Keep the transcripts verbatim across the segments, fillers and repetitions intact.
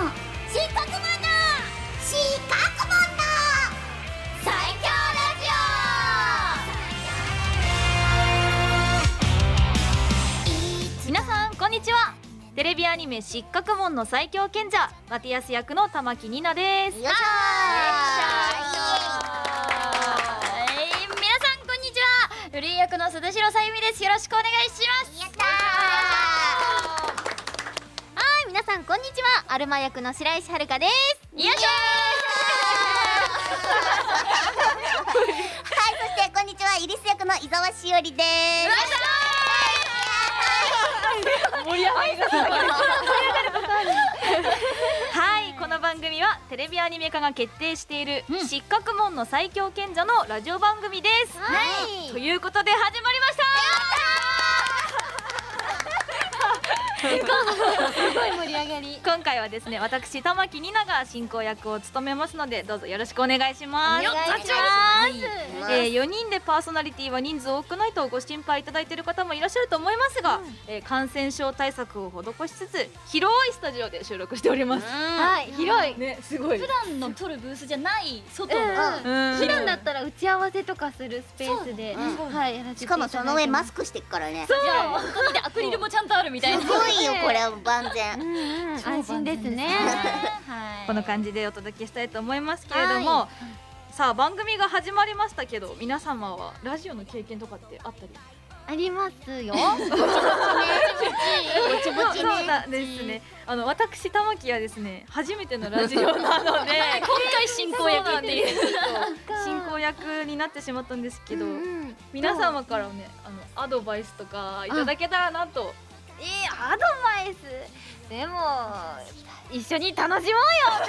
の四国マンの四国マンの最強ラジオ。 皆さんこんにちは。テレビアニメ失格門の最強賢者マティアス役の玉木ニナです。 よっしゃー。 皆さんこんにちは。フリー役の鈴代さゆみです。よろしくお願いします。 やったー。 はい、皆さんこんにちは。アルマ役の白石遥です。よいしょー。 はい、そしてこんにちは、イリス役の伊沢しおりです。 盛り上がりがはい、この番組はテレビアニメ化が決定している、うん、失格門の最強賢者のラジオ番組です。はい、ということで始まりました。すごい盛り上がり。今回はですね、私玉木ニナが進行役を務めますので、どうぞよろしくお願いします。 お願いします。 えー、よにんでパーソナリティは人数多くないとご心配いただいている方もいらっしゃると思いますが、うん、えー、感染症対策を施しつつ広いスタジオで収録しております。 はい、広いね、すごい。 普段の撮るブースじゃない外の、 うん、 普段だったら打ち合わせとかするスペースで、はい、やらせていただいてます。 しかもその上マスクしてっからね。 そう、本当にアクリルもちゃんとあるみたいな。 すごいよこれは万全。 安心ですね。 この感じでお届けしたいと思いますけれども、さあ番組が始まりましたけど、皆様はラジオの経験とかってあったりありますよ。ぼちぼちね。 そうなんですね。あの私玉木はですね、初めてのラジオなので今回進行役っていう進行役になってしまったんですけど、皆様からね、あのアドバイスとかいただけたらなと。 えー、アドバイスでも一緒に楽しもうよ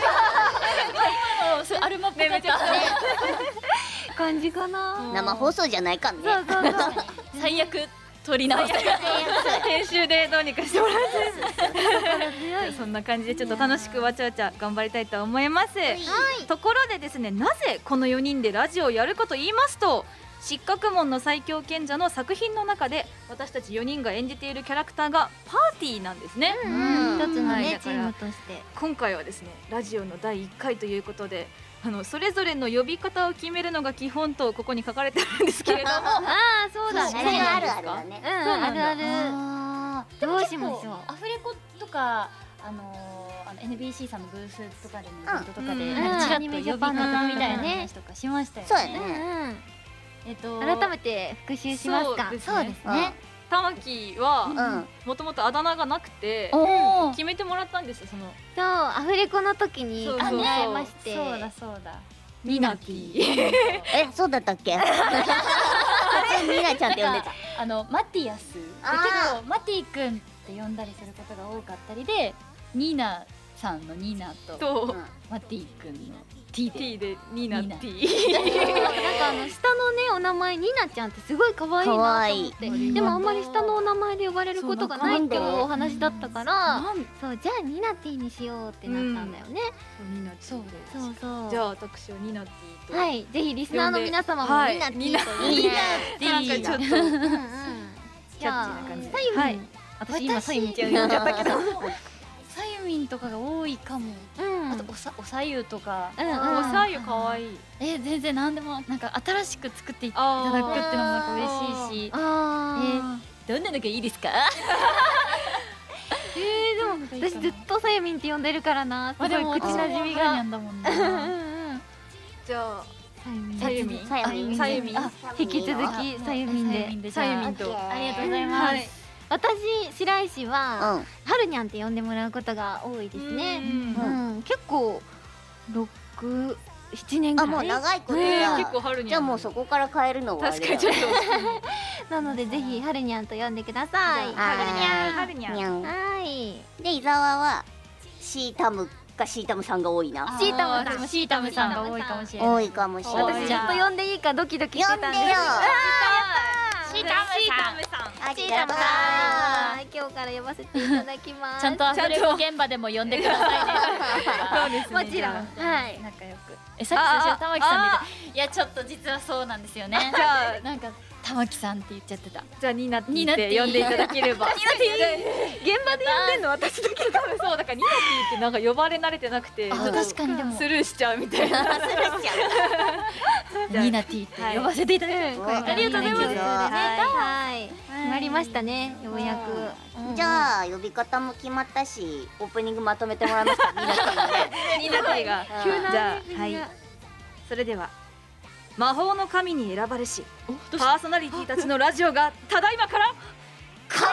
ってアルマっぽかった感じかな。 生放送じゃないかんね。 そうそうそう。最悪撮り直して編集でどうにかしてもらってそんな感じでちょっと楽しくわちゃわちゃ頑張りたいと思います。はい、ところでですね、なぜこのよにんでラジオをやるかと言いますと、失格門の最強賢者の作品の中で私たちよにんが演じているキャラクターがパーティーなんですね。 一つのねチームとして今回はですね、ラジオのだいいっかいということで、あのそれぞれの呼び方を決めるのが基本とここに書かれてあるんですけれどもああ、そうだね。 それがあるあるだね。 うん、あるある。どうしましょう。 アフレコとかあのー、あの エヌビーシー さんのブースとかでのイベントとかでうんなんかちらっと呼び方みたいなね話とかしましたよね。 そうやね。 えっと改めて復習しますか。 そうですね。 玉木はもともとあだ名がなくて決めてもらったんですよ。そのそう、アフレコの時に考えまして。 そうだそうだ。 ミナティー。 え、そうだったっけ？普通ミナちゃんって呼んでた。 あのマティアスで結構マティくんって呼んだりすることが多かったりで、ニナさんのニナとマティくんの T で T でニナティー。 なんかあの下のねお名前ニナちゃんってすごい可愛いなと思って、でもあんまり下のお名前で呼ばれることがないっていうお話だったから、そうじゃあニナティにしようってなったんだよね。 ニナティ。そうそうそう。 じゃあ私はニナティと。 はい、ぜひリスナーの皆様もニナティとニナティなんかちょっとキャッチーな感じで。はい。 私今サイミンって呼んじゃったけど。 サユミンとかが多いかも。あとおさおさゆとか。 おさゆ可愛い。 え、全然何でもなんか新しく作っていただくっていうのもなんか嬉しいし。え、どんなのがいいですか？ えー、でも私ずっとさゆみんって呼んでるからな。すごい口なじみが。 じゃあさゆみん、さゆみん、引き続きさゆみんで、 さゆみんとありがとうございます。 私白石ははるにゃんって呼んでもらうことが多いですね。結構ろく、ななねんぐらい。 あ、もう長いことや。結構はるにゃん。 じゃあもうそこから変えるのは。 確かにちょっと。なのでぜひはるにゃんと呼んでください。 はるにゃん、はるにゃん。 はい。 で伊沢はシータムかシータムさんが多いな。 シータムさん、 シータムさんが多いかもしれない。 多いかもしれない。 私ちょっと呼んでいいかドキドキしてたんです。 呼んでよ。 シータムさん。 ありがとう。今日から呼ばせていただきます。 ちゃんとアフレコ現場でも呼んでくださいね。 そうですね。 もちろん。はい。 仲良く。え、さっき最初玉木さんでいやちょっと実はそうなんですよね。 じゃあなんか玉木さんって言っちゃってた。 じゃあニナティって呼んでいただければ。 現場で呼んでんの私だけ。 多分そうだからニナティってなんか呼ばれ慣れてなくて、 あ、確かにでもスルーしちゃうみたいな。 スルーしちゃニナティって呼ばせていただきます。 ありがとうございます。 ははい決まりましたね、ようやく。 う。じゃあ呼び方も決まったし、オープニングまとめてもらいました。ニナティで。 ニナティが急なじゃあはい。それでは魔法の神に選ばれしパーソナリティたちのラジオがただいまから開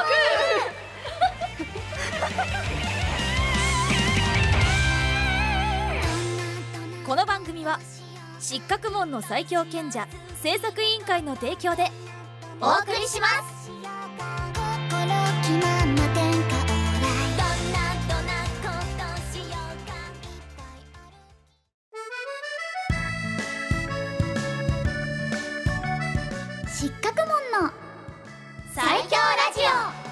幕。 この番組は失格門の最強賢者制作委員会の提供でお送りします。失格門の最強ラジ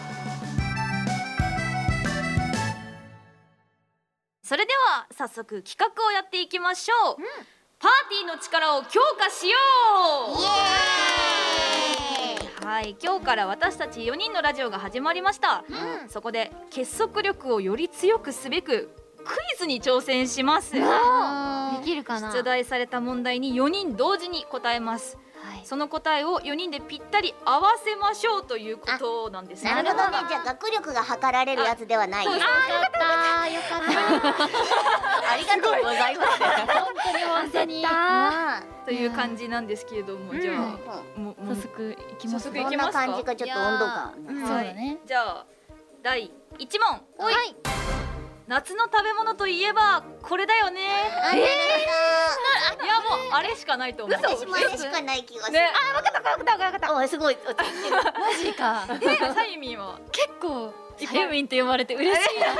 それでは早速企画をやっていきましょう。パーティーの力を強化しよう。 オ。イエーイ。 はい、今日から私たちよにんのラジオが始まりました。そこで結束力をより強くすべくクイズに挑戦します。 できるかな。 出題された問題によにん同時に答えます。その答えをよにんでぴったり合わせましょうということなんですね。 なるほどね。じゃあ学力が測られるやつではない。あよかったよかったりがとうございます。 本当に本当にという感じなんですけれども、じゃあもう早速いきます。 早速いどんなきますか。 感じかちょっと温度感。 そうだね。 じゃあだいいち問。 はい。 夏の食べ物といえばこれだよね。 あれいやもうあれしかないと思う。 私もあれしかない気がする。 ね。 あ、わかったわかったわかった。 お、すごい。 マジか。 え、サイミンは結構サユミンって呼ばれて嬉しい。 めっちゃ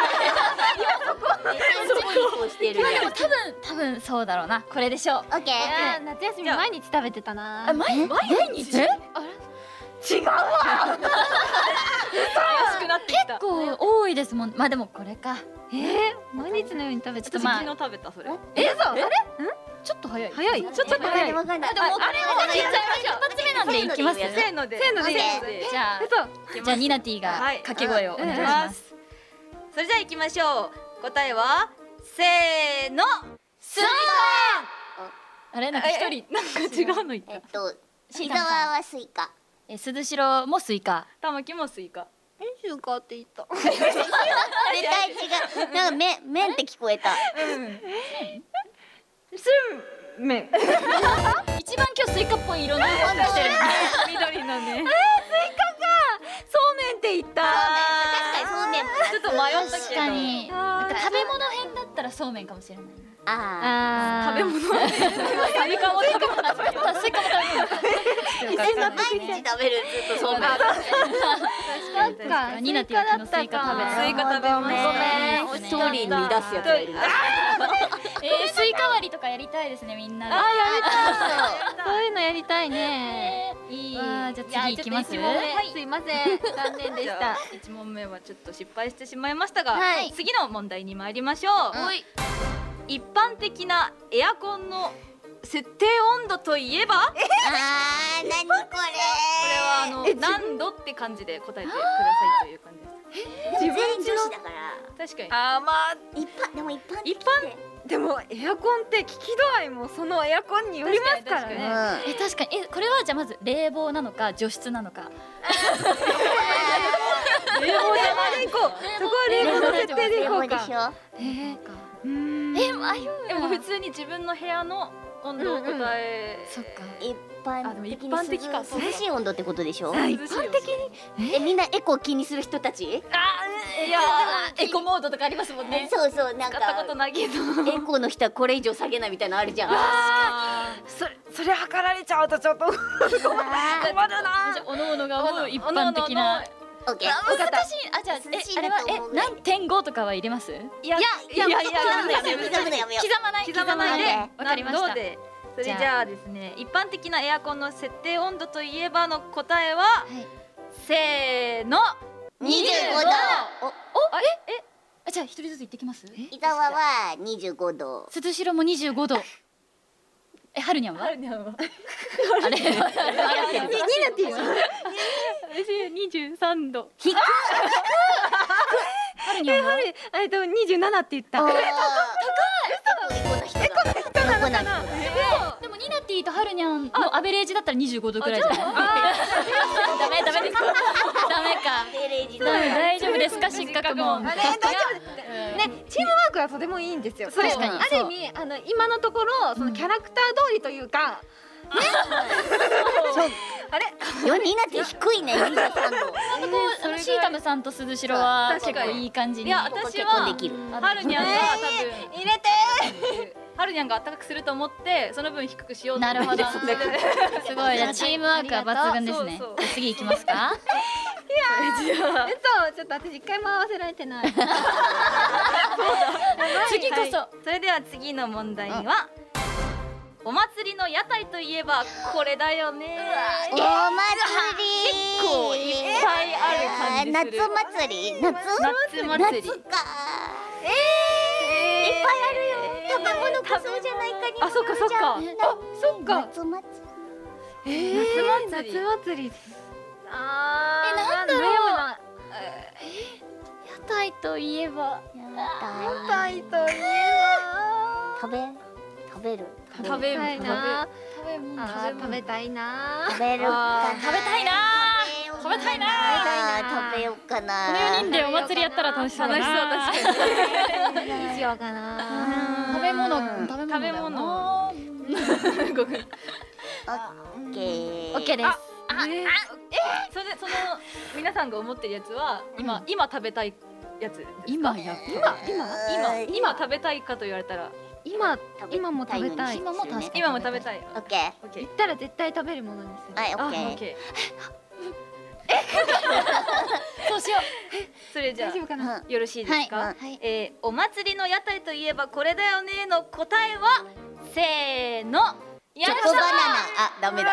いい子してる。 でも多分多分そうだろうな。これでしょう。 オッケー。 あ、夏休み毎日食べてたな。 あ、毎毎日？ あれ？ 違うわ。怪しくなってきた。 結構多いですもん。まあでもこれか。 えー、毎日のように食べてた。 ちょっと昨日食べたそれ。 え、そう。あれ？ ちょっと早い。 早い。ちょっと早い。 わかんない。 でもこれはじゃあ一発目なんでいきます。 せーので。 せーので。 じゃあじゃあニナティが掛け声をお願いします。 それじゃあ行きましょう。答えはせーの。 スイカ。 あれなんか一人なんか違うの言った。 えっと伊沢はスイカ。 え、鈴代もスイカ。 玉木もスイカ。 スイカって言った。 絶対違う。なんか麺麺って聞こえた。 す麺。 一番今日スイカっぽい色の色してる。 緑のね。 そうめんって言った。 確かにそうめん。 ちょっと迷ったけど。 確かに。なんか食べ物編だったらそうめんかもしれない。 あ食べ物。スイカも食べ物。 スイカも食べ物。 あ。毎日食べるずっとそうめん。 なんかニナティは昨日スイカ食べた。 スイカ食べましたね。 ストーリーに出すやつがいる。 えー、スイカ割りとかやりたいですね、みんなで。 あ、やりたい。そういうのやりたいね。いい。 じゃあ次いきます。 すいません、残念でした。 一問目はちょっと失敗してしまいましたが、次の問題に参りましょう。一般的なエアコンの設定温度といえば？ あー、なにこれ。 これはあの何度って感じで答えてくださいという感じです。 自分女子だから。 確かに。 あ、まあ一般でも一般一般でもエアコンって効き度合いもそのエアコンによりますからね。 え、確かに。え、これはじゃあまず冷房なのか除湿なのか。 冷房じゃない。 そこは冷房の設定でいこうか。 えー、 うん。 え、迷う。 でも普通に自分の部屋の温度を答え。 そっか。 一般的に涼しい温度ってことでしょ。 一般的に。 え、みんなエコ気にする人たち？ あ、いや、エコモードとかありますもんね。 そうそう、なんか使ったことないけど。 エコの人はこれ以上下げないみたいなのあるじゃん。 それそれ測られちゃうとちょっと困るな。 おのおのが思う一般的な。 オッケー。 難しい。あ、じゃあえ、あれはえ、何点五とかは入れます？ いやいやいやいや刻むのやめよう。刻むのやめよう。 刻まない。 刻まないで。 わかりました。 それじゃあですね、一般的なエアコンの設定温度といえばの答えは、せーの、 にじゅうごど。 お、ええ、あ、じゃあ一人ずつ言ってきます。 伊沢はにじゅうごど。 鈴代もにじゅうごど。 え、はるにゃんは？ はるにゃんはあれ、 になっていいよ。 私にじゅうさんど。 低い。 はるにゃんは？ えっとにじゅうななって言った。 高い。エコな人だ。エコな人だ。 でもニナティとはるにゃんのアベレージだったらにじゅうごどくらいじゃない？ダメダメです。ダメか。大丈夫ですか、失格も。 ね、大丈夫。ね、チームワークはとてもいいんですよ。 確かに。 ある意味あの今のところそのキャラクター通りというか。あれ、 よにんなって低いね。にじゅうさんど。 あのシータムさんと鈴代は結構いい感じに。 いや、私ははるにゃんが多分入れて。 はるにゃんが暖かくすると思ってその分低くしようと。 なるほど。すごい。じゃあチームワークは抜群ですね。次行きますか。 いや、そう、ちょっと私一回も合わせられてない。 次こそ。 それでは次の問題は。お祭りの屋台といえばこれだよね。 お祭り。 結構いっぱいある感じする。 夏祭り。夏。 夏祭り。 夏か。ええ。いっぱいあるよ。食べ物こそうじゃないかに。 あ、そっかそっか。あ、 そっか。 夏祭り。夏祭り。夏祭り。ああ。 え、なんだろう。 屋台といえば。 屋台といえば。 食べ。食べる。 食べるな。 食べ物。 食べたいな。 食べるか。 食べたいな。食べたいな。 食べようかな。 このよにんでお祭りやったら楽しそうだな。 楽しそう、確かに。 何しようかな。 食べ物、食べ物。 食べ物。 オッケー。 オッケーです。 あ、え、それその皆さんが思ってるやつは今今食べたいやつ。 今や。 今今今今食べたいかと言われたら。 今今も食べたい。 今も確かに。 今も食べたい。 オッケー。 オッケー。 言ったら絶対食べるものですよ。 はい、オあ、オッッケー。そうしよう。 それじゃ大丈夫かな。 あよろしいですか。 はえ、お祭りの屋台といえばこれだよねの答えはせーの。 チョコバナナ。あ、ダメだ。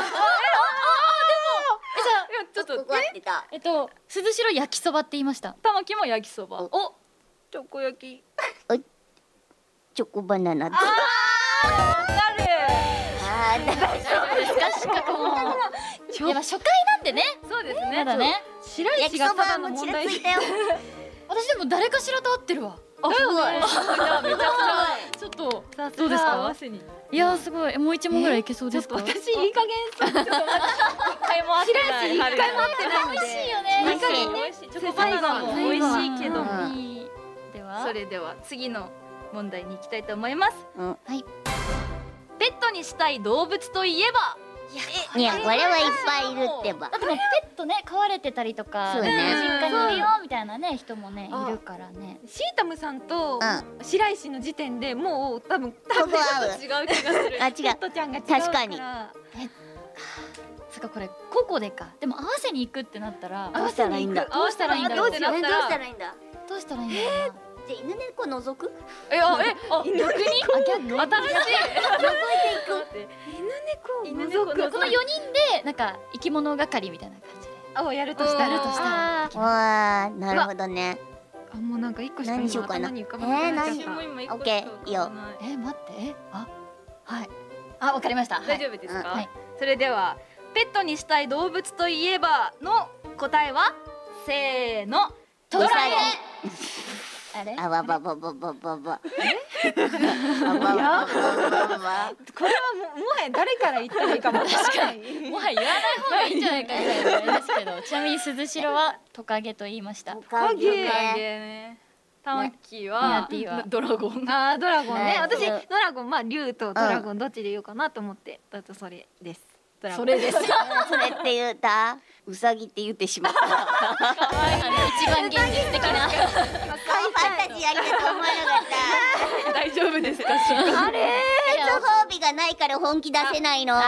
ちょっとここ合ってた。 えっと鈴代焼きそばって言いました。 玉木も焼きそば。 お、チョコ焼き。 チョコバナナ。 ああ、わかる。 あー、大丈夫ですか、資格も。やっぱ初回なんでね。 そうですね。 まだね。 白石がただの問題。 焼きそばもちらついたよ。 私でも誰かしらと合ってるわ。 あ、すごい。めちゃくちゃ。 ちょっとどどうですか。いやすごい。もう一問ぐらいいけそうですか。 私いい加減。 一回も合ってない。 一回も合ってないので。 美味しいよね。 美味しい。 美味しい。チョコバナナも美味しいけど。 では。 それでは次の問題に行きたいと思います。 はい。 ペットにしたい動物といえば。 いや、これはいっぱいいるってば。 だってもうペットね飼われてたりとか、実家にいるよみたいなね人もねいるからね。 シータムさんと白石の時点でもう多分多分違う気がする。 あ、違う。 ペットちゃんが違うから。 確かに。 つかこれ個々でか。でも合わせに行くってなったらどうしたらいいんだ。 どうしたらいいんだろうってなったら。 どうしたらいいんだ。 どうしたらいいんだろうな。 じゃ犬猫覗く？ え、あ、え、あ、逆に？ 逆新しい。 覗いていく。犬猫猫。 このよにんでなんか生き物係みたいな感じで。 あ、やるとしたら。 としたら。 く。わあ、なるほどね。 あ、もうなんか一個しか何しようかな。えー、何？オッケー、いいよ。 え、待って、あ、はい。あ、わかりました。 大丈夫ですか？ はい。 それではペットにしたい動物といえばの答えはせーの。 トカゲ。 あれ？ あわばばばばばば。あわばばばば。 これはももはや誰から言ったらいいかもわからない。 もはや言わない方がいいんじゃないかみたいなあれですけど、ちなみに鈴代はトカゲと言いました。 トカゲね。タマキはドラゴン。 ああ、ドラゴンね。私うんドラゴン、まあ竜とドラゴンどっちで言おうかなと思ってだとそれです。 それです。 それって言うた。ウサギって言ってしまった。 可愛いね、一番現実的な。 ファンタジーありだと思わなかった。 大丈夫ですか？ あれご褒美がないから本気出せないの。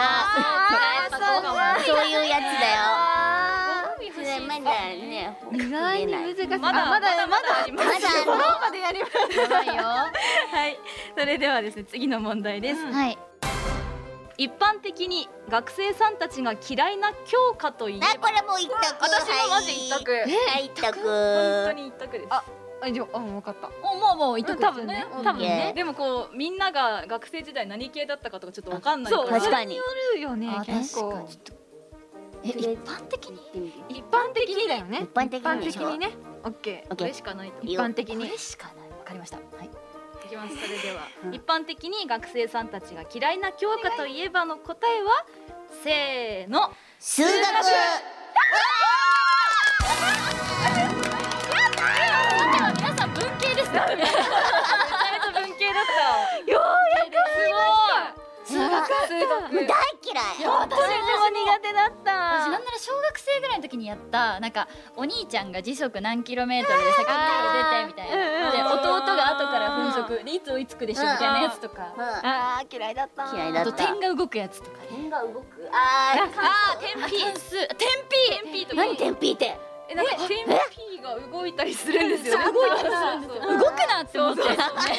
そういうやつだよ。まだね。 意外に難しい。 まだまだまだあります。 まだあるの。 までやります。 やばいよ。 はい。それではですね、次の問題です。 はい。 一般的に学生さんたちが嫌いな教科といえば。 あ、これもう一択。 私もマジ一択。 はい、一択。 本当に一択です。あ、 あ、じゃあ、分かった。 お、もうもういとく多分ね、多分ね。でもこうみんなが学生時代何系だったかとかちょっとわかんないから。 確かに。 よるよね。結構。 え、一般的に？ 一般的にだよね。 一般的に。 一般的にね。オッケー。 これしかないと。 一般的に。 これしかない。わかりました。はい。 いきます。それでは一般的に学生さんたちが嫌いな教科といえばの答えはせーの。 数学。 皆さん文系ですか？ めちゃめちゃ文系だった。 ようやく数学。数学。 大嫌い。 いや、私も苦手だった。 私なんなら小学生ぐらいの時にやったなんかお兄ちゃんが時速何キロメートルで先に出てみたいなで弟が後から分速でいつ追いつくでしょみたいなやつとかあー嫌いだった。 嫌いだった。 あと点が動くやつとか点が動く。ああー、点 P。 点数点 P 点 P とか。 何点 P って。 え、なんか点 P が動いたりするんですよ。 動いたりするんですよ。動くなって思って。 照明が本当に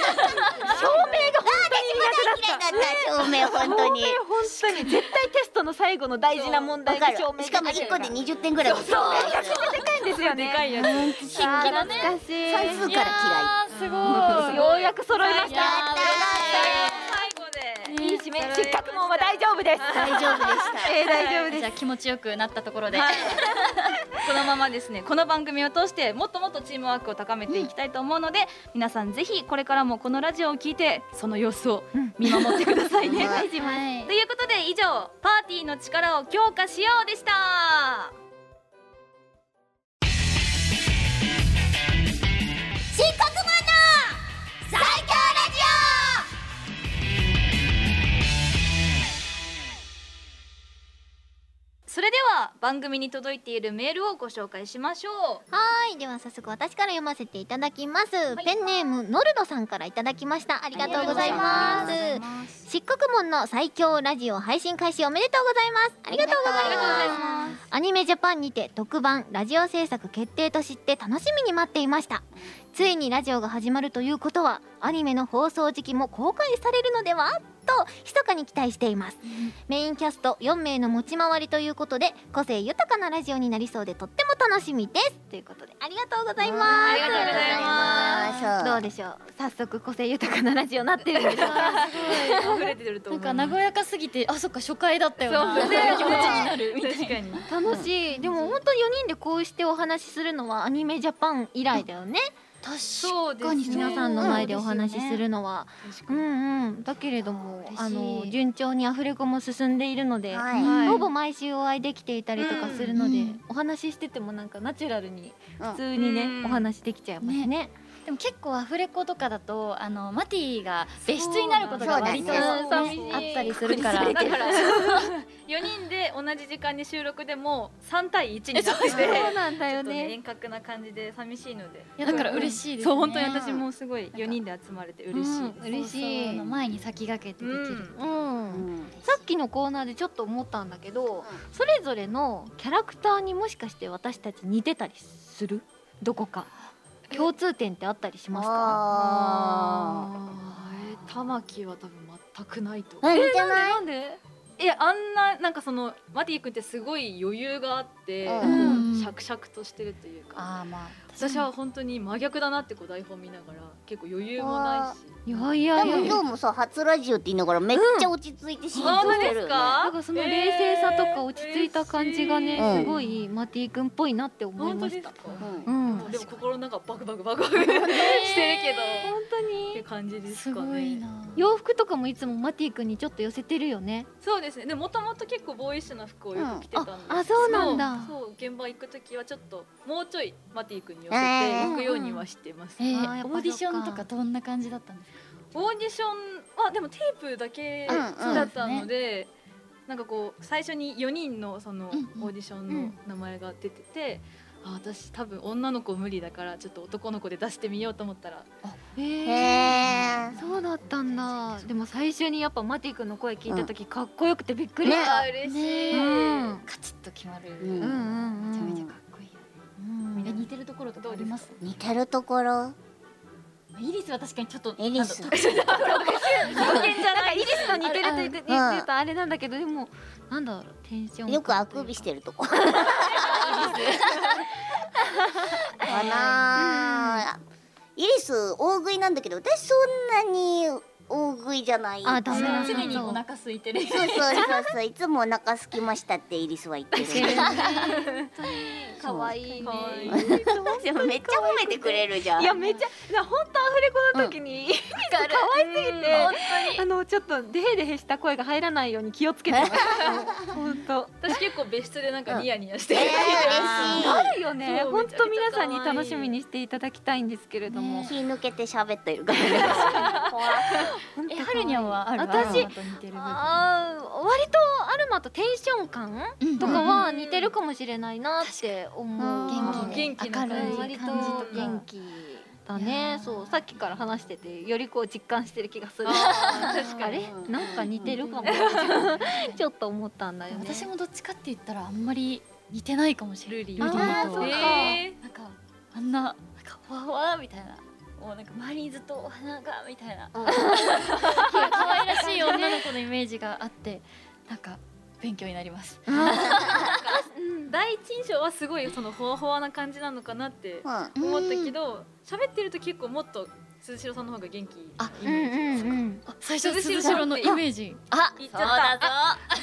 嫌いだった照明本当に。 本当に絶対テストの最後の大事な問題が照明。 しかも一個でにじゅってんぐらい。そう。 でかいんですよね。 でかいやつ。 筆記だね。 懐かしい。 算数から嫌い。 すごい。 ようやく揃いました。 最後でいい締め。失格問は大丈夫です。 大丈夫でした。 えー、大丈夫です。 じゃあ気持ちよくなったところで。 このままですね、この番組を通してもっともっとチームワークを高めていきたいと思うので、皆さんぜひこれからもこのラジオを聞いてその様子を見守ってくださいね。 はい。 ということで以上、パーティーの力を強化しようでした。 漆黒マンの最強ラジそれでは番組に届いているメールをご紹介しましょう。 はい、では早速私から読ませていただきます、はい、ペンネームノルドさんからいただきました。ありがとうございます。漆黒門の最強ラジオ配信開始おめでとうございます。ありがとうございます。アニメジャパンにて特番ラジオ制作決定と知って楽しみに待っていました。ついにラジオが始まるということはアニメの放送時期も公開されるのではと密かに期待しています、うん、メインキャストよんめいの持ち回りということで個性豊かなラジオになりそうでとっても楽しみですということでありがとうございます。 ありがとうございます。 どうでしょう、早速個性豊かなラジオになってるんでしょうか。 溢れてると思う。 なんか和やかすぎて、あ、そっか初回だったよなっていう気持ちになるみたいな。 確かに楽しい。でも本当よにんでこうしてお話しするのはアニメジャパン以来だよね。 確かに皆さんの前でお話しするのは、うんうん、だけれどもあの順調にアフレコも進んでいるので、はい、ほぼ毎週お会いできていたりとかするので、うん、お話ししててもなんかナチュラルに普通にね、うん、お話できちゃいますね。ね、 でも結構アフレコとかだとあのマティが別室になることが割と、ね、あったりするから、だからよにんで同じ時間に収録でもさんたいいちになってて、 そうなんだよね、 遠隔な感じで寂しいので、 いやだから嬉しいですね。 そう本当に私もすごいよにんで集まれて嬉しい、うん、 嬉しいの前に先駆けてできる、 うんうんうん、さっきのコーナーでちょっと思ったんだけど、うん、それぞれのキャラクターにもしかして私たち似てたりする？どこか共通点ってあったりしますか？ あー、玉木は多分全くないと。 え、似てない？ なんで？ いや、あんななんかそのマティ君ってすごい余裕があって、うん、シャクシャクとしてるというか、 あ、まあ、 私は本当に真逆だなってこう台本見ながら結構余裕もないし、 いやいやいや、 でも今日もさ初ラジオって言いながらめっちゃ落ち着いてしんとしてるよね。 だからその冷静さとか落ち着いた感じがね、えー、すごいマティ君っぽいなって思いました。 うん、でも心の中バクバクバクバクしてるけど本当にって感じですかね。 すごいな。 洋服とかもいつもマティ君にちょっと寄せてるよね。 そうですね。でもともと結構ボーイッシュな服をよく着てたんです、 うん、あ, あそうなんだ。 そう、現場行くときはちょっともうちょいマティ君に寄せて行くようにはしてます、 えーうんうん、えー、オーディションとかどんな感じだったんですか？ オーディションはでもテープだけだったので、うんうん、なんかこう最初によにんのそのオーディションの名前が出てて、うんうん、あ、私多分女の子無理だからちょっと男の子で出してみようと思ったら、 へえー、そうだったんだ。でも最初にやっぱマティ君の声聞いた時、うん、かっこよくてびっくりした、 ね、嬉しい、 うん、 カチッと決まる、 うんうんうん、 めちゃめちゃかっこいいよね、うん、みんな似てるところとかあります？ 似てるところ、 イリスは確かにちょっとイリス人間じゃないイリスと似てると言って言うとあれなんだけど、でもなんだろう、テンションよくあくびしてるとこかな。 イリス大食いなんだけど、私そんなに大食いじゃない。 あ、ダメなんだ。 常にお腹空いてる。 そうそうそうそう、いつもお腹空きましたってイリスは言ってる。 可愛いね。 でもめっちゃ褒めてくれるじゃん。 いやめっちゃ本当アフレコの時に可愛すぎて、あのちょっとデヘデヘした声が入らないように気をつけてました。本当。 私結構別室でなんかニヤニヤしてる。 嬉しい。 あるよね。本当皆さんに楽しみにしていただきたいんですけれども。 気抜けて喋ってるからね。 え、はるにゃんはある？ 私、 と似てる部分。 あー、割とアルマとテンション感とかは似てるかもしれないなって思う。 元気、元気な感じ、 割と感じとか元気だね。そうさっきから話しててよりこう実感してる気がする。 確かあれに。 なんか似てるかも。ちょっと思ったんだよね。 私もどっちかって言ったらあんまり似てないかもしれない。ルリあーと。 そうかなんかあんななんかわわみたいな。もうなんか周りにずっとお花がみたいな可愛らしい女の子のイメージがあって、なんか勉強になります。 第一印象はすごいそのほわほわな感じなのかなって思ったけど、喋ってると結構もっと鈴代さんの方が元気。 あ、 うんうんうん。 最初鈴代のイメージ。 あ、 言っちゃった。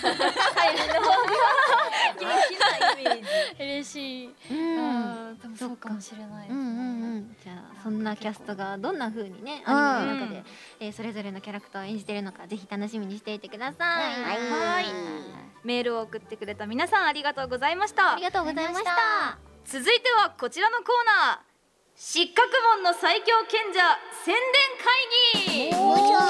元気なイメージ。 嬉しい。 うん。 あ、でもそうかもしれない。 うんうんうん。じゃあそんなキャストがどんな風にねアニメの中で、えー、それぞれのキャラクターを演じているのかぜひ楽しみにしていてください。 はい。 メールを送ってくれた皆さんありがとうございました。 ありがとうございました。 続いてはこちらのコーナー、失格門の最強賢者宣伝会議。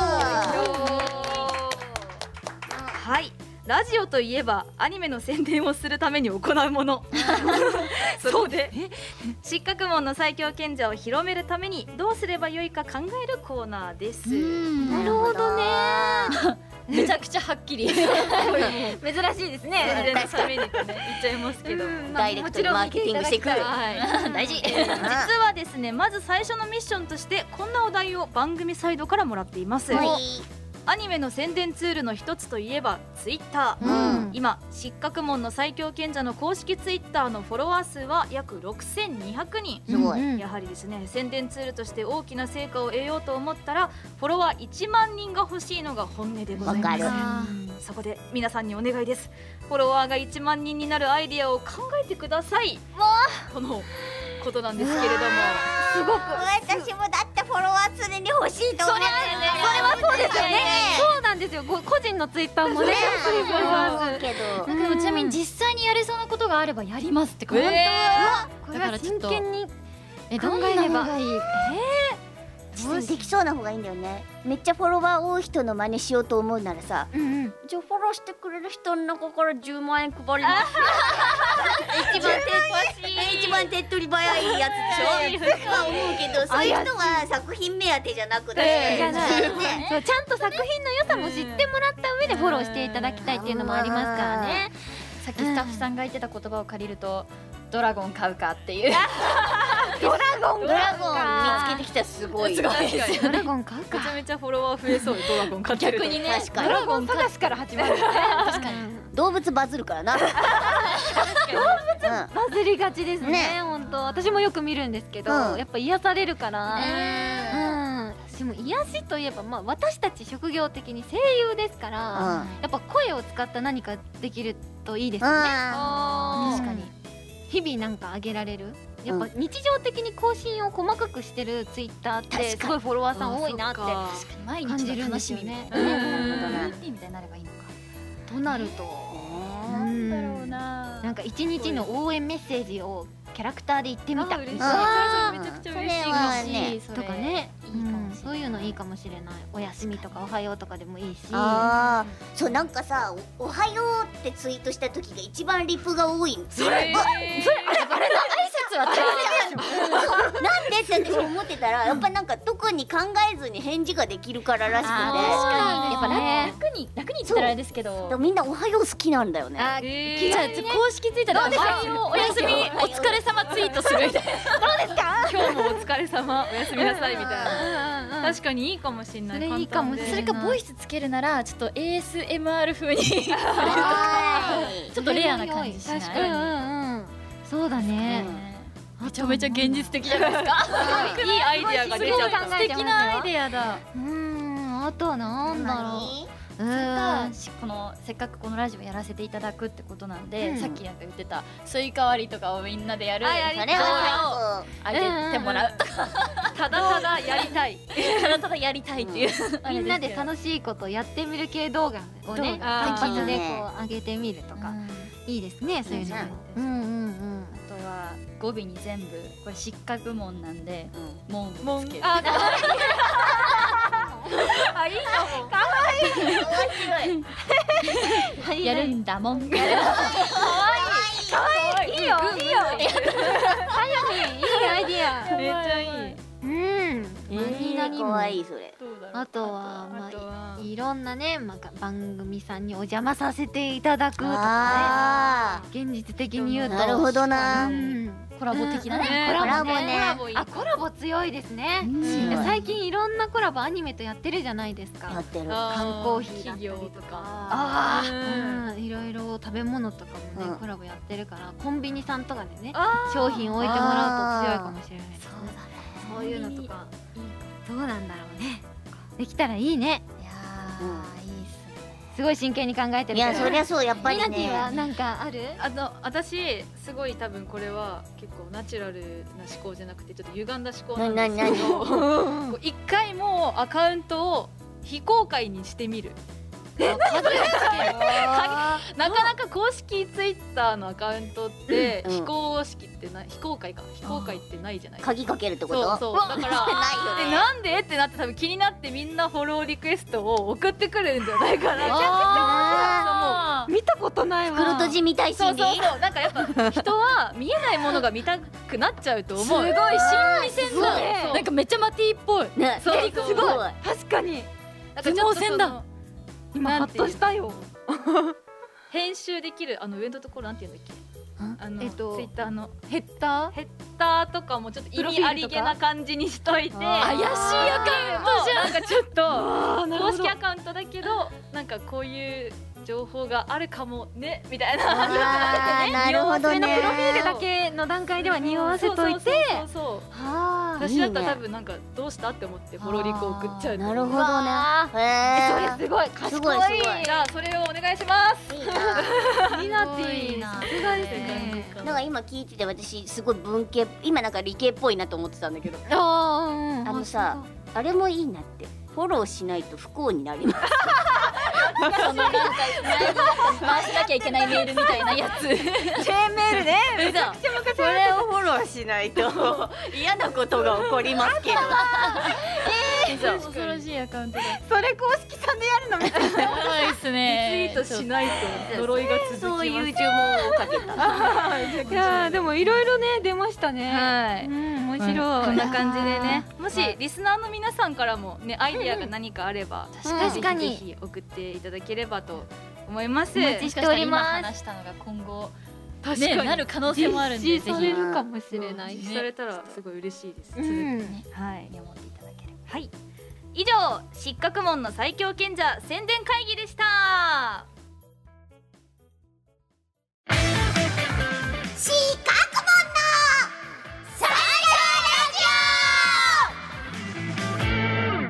はい、ラジオといえばアニメの宣伝をするために行うもの。そうで失格門の最強賢者を広めるためにどうすればよいか考えるコーナーです。 なるほどね。 めちゃくちゃはっきり珍しいですね。宣伝のためにとね言っちゃいますけど、 ダイレクトにマーケティングしてくる。 大事。実はですね、まず最初のミッションとしてこんなお題を番組サイドからもらっています。アニメの宣伝ツールの一つといえばツイッター、うん、今失格門の最強賢者の公式ツイッターのフォロワー数は約ろくせんにひゃくにん。 すごい。 やはりですね、宣伝ツールとして大きな成果を得ようと思ったらフォロワーいちまんにんが欲しいのが本音でございます。そこで皆さんにお願いです。フォロワーがいちまんにんになるアイディアを考えてください。とのことなんですけれども、 すごく私もだってフォロワー常に欲しいと思ってる。 それはそうですよね。そうなんですよ。個人のツイッターもね、 けど、 でもちなみに実際にやれそうなことがあればやりますって感じ。 だから真剣にえどんな方がいい？ 実際にできそうな方がいいんだよね。めっちゃフォロワー多い人の真似しようと思うならさ、じゃあフォローしてくれる人の中からじゅうまんえん配ります。一番手一番手っ取り早いやつでしょ。とは思うけど、そういう人は作品目当てじゃなくて、 そうちゃんと作品の良さも知ってもらった上でフォローしていただきたいっていうのもありますからね。 さっきスタッフさんが言ってた言葉を借りると、ドラゴン買うかっていう。 ドラゴンドラゴン見つけてきたらすごい。 ドラゴン買うか。 めちゃめちゃフォロワー増えそうでドラゴン買ってると。 逆にね、 確かにドラゴン探しから始まる。 確かに動物バズるからな。 動物バズりがちですね。本当私もよく見るんですけど、やっぱ癒されるから。うん。でも癒しといえば、まあ私たち職業的に声優ですから、やっぱ声を使った何かできるといいですよね。確かに。日々なんか上げられる。やっぱ日常的に更新を細かくしてるツイッターってすごいフォロワーさん多いなって感じるんですよね。 ルーティンみたいになればいいのか。 となると、 なんだろうな。 なんか一日の応援メッセージをキャラクターで言ってみた。 めちゃくちゃ嬉しいとかね。そういうのいいかもしれない。お休みとかおはようとかでもいいし。 ああ、そうなんかさ、おはようってツイートした時が一番リプが多い。 それ、それあれあれの挨拶は大切でしょ。 なんでって私思ってたら、やっぱなんか特に考えずに返事ができるかららしくて、 やっぱ楽に楽に言ったらあれですけど、 みんなおはよう好きなんだよね。 あ、じゃあ公式ツイッターでおはようおやすみお疲れ様ツイートするみたいな。 どうですか？ 今日もお疲れ様おやすみなさいみたいな。確かにいいかもしれない。 それいいかもしれない。 それかボイスつけるならちょっと エーエスエムアール 風にちょっとレアな感じしない？ 確かに。そうだね。 めちゃめちゃ現実的じゃないですか。 いいアイディアが出ちゃった。 素敵なアイデアだ。 うーん、あとはなんだろう。うーん、 このせっかくこのラジオやらせていただくってことなんで、 うん、 さっきなんか言ってたスイカ割りとかをみんなでやる、 それはあげてもらうとか、 ただただやりたい、 ただただやりたいっていう、 みんなで楽しいことやってみる系動画をね、単発でこう上げてみるとか、いいですね、そういうの。うんうんうん。 あとは語尾に全部これ失格門なんで門をつける。 あ、かわいい。あ、いいかも。かわいい。面白い。やるんだもん。かわいい。 かわいい。いいよ。いいよ。 いいアイディア。 めっちゃいい。 うん。 何々も可愛いそれ。 あとはまあいろんなね、まあ番組さんにお邪魔させていただくとかね。現実的に言うと。 なるほどな。 コラボ的なね。 コラボね。 あ、コラボ強いですね。最近いろんなコラボアニメとやってるじゃないですか。 やってる。 缶コーヒーだったりとか、ああ、いろいろ食べ物とかもねコラボやってるから、コンビニさんとかでね商品置いてもらうと強いかもしれないですね。そういうのとかどうなんだろうね。できたらいいね。 いやー、いいっすね。 すごい真剣に考えてる。 いや、そりゃそう、やっぱりね。 ミナティはなんかある？ あの、私すごい多分これは結構ナチュラルな思考じゃなくてちょっと歪んだ思考なんですけど、一回もうアカウントを非公開にしてみる。なかなか公式ツイッターのアカウントって非公式ってない、非公開か非公開ってないじゃない。 鍵かけるってこと？ そうそう、だからえなんでってなって多分気になってみんなフォローリクエストを送ってくるんじゃないかな。 見たことないわ。 袋閉じみたい心理。 そうそうそう、なんかやっぱ人は見えないものが見たくなっちゃうと思う。すごい心理戦だ。なんかめっちゃマティっぽい。 ね、 そうすごい。 確かに。 頭脳戦だ。 今ハッとしたよ。 編集できるあの上のところなんていうんだっけ、あのえっとツイッターのヘッダーヘッダーとかもちょっと意味ありげな感じにしといて、 怪しいアカウントじゃん。 なんかちょっと公式アカウントだけどなんかこういう情報があるかもねみたいな。 あー、なるほどね。 プロフィールだけの段階では匂わせといて、 そうそう。 はあ、 私だったら多分なんかどうしたって思ってフォロリコ送っちゃう。 なるほどね。へそれすごい賢い。 じゃあそれをお願いします。 ミナティさすがですね。 なんか今聞いてて私すごい文系、今なんか理系っぽいなと思ってたんだけど、 ああのさ、あれもいいなって、フォローしないと不幸になります。 そのなんか回しなきゃいけないメールみたいなやつ。 チェーンメールね。それをフォローしないと嫌なことが起こりますけど。 恐ろしいアカウントだ。 それ公式さんでやるのめっちゃやばいっすね。 リツイートしないと呪いが続きます。 そういう呪文をかけた。 いやでもいろいろね出ましたね。 はい。 うん、面白い。 こんな感じでね、もしリスナーの皆さんからもねアイディアが何かあれば確かにぜひ送っていただければと思います。 お待ちしております。 話したのが今後確かになる可能性もあるんで、ぜひされるかもしれない。 されたらすごい嬉しいです。 うんはい。 見守っていただければ。 はい。以上、失格門の最強賢者宣伝会議でした。 失格門の最強ラジ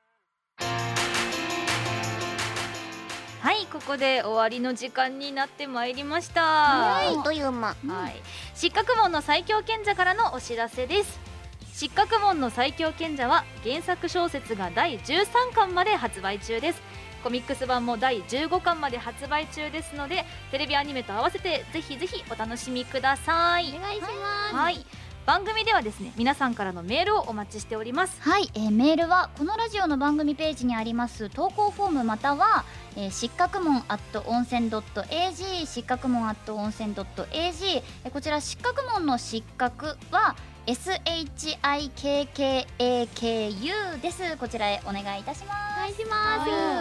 オ。 はい、ここで終わりの時間になってまいりました。 はい、という間。 はい、失格門の最強賢者からのお知らせです。失格門の最強賢者は原作小説がだいじゅうさんかんまで発売中です。コミックス版もだいじゅうごかんまで発売中ですので、テレビアニメと合わせてぜひぜひお楽しみください。 お願いします。 はい、番組ではですね、皆さんからのメールをお待ちしております。 はい、えー、メールはこのラジオの番組ページにあります投稿フォームまたは、えー、失格門 アット 温泉 ドット エージー 失格門 アット 温泉 ドット エージー、えー、こちら失格門の失格はエスエイチアイケーケーエーケーユー です。こちらへお願いいたします。 お願いします。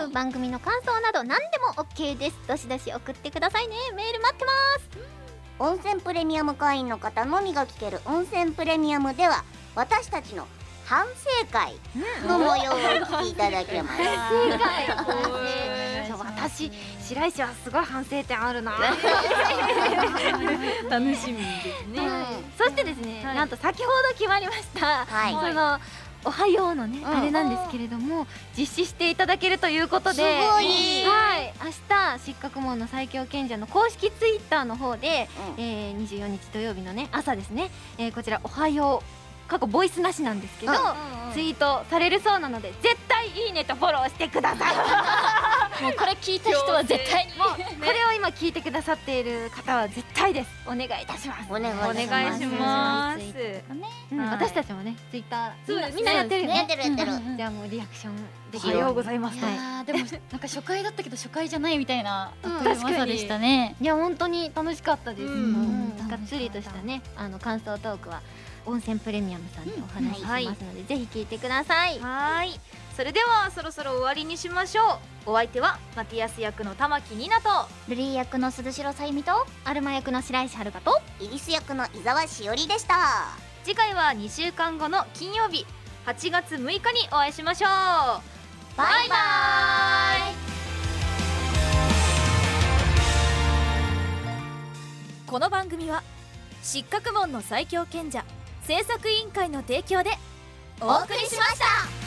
番組の感想など何でも オーケー です。どしどし送ってくださいね。メール待ってます。 温泉プレミアム会員の方のみが聞ける温泉プレミアムでは私たちの反省会の模様をお聞きいただけます。 正解。私私白石はすごい反省点あるな楽しみですね、 そしてですね、なんと先ほど決まりました、 はいそのおはようのね、あれなんですけれども実施していただけるということで、 すごい、 はい、明日失格門の最強賢者の公式ツイッターの方で、えー、にじゅうよっか土曜日のね朝ですね、えー、こちらおはよう過去ボイスなしなんですけど、ツイートされるそうなので絶対いいねとフォローしてください。 もうこれ聞いた人は絶対にもうこれを今聞いてくださっている方は絶対です。お願いいたします。 お願いお願いします。 うん、私たちもねツイッタそうですねーみんなやってるよね。 やってるやってる、 じゃあもうリアクションでおはようございます。 あーでもなんか初回だったけど初回じゃないみたいなうんあっという間さでしたね。 いや本当に楽しかったです。 うんうんがっつりとしたねあの感想トークは温泉プレミアムさんでお話ししますので、ぜひ聞いてください。 はい、それではそろそろ終わりにしましょう。お相手はマティアス役の玉木ニナとルリー役の鈴代さゆみとアルマ役の白石遥とイリス役の伊沢しおりでした。 次回はにしゅうかんごの金曜日はちがつむいかにお会いしましょう。 バイバーイ。 この番組は失格門の最強賢者制作委員会の提供でお送りしました。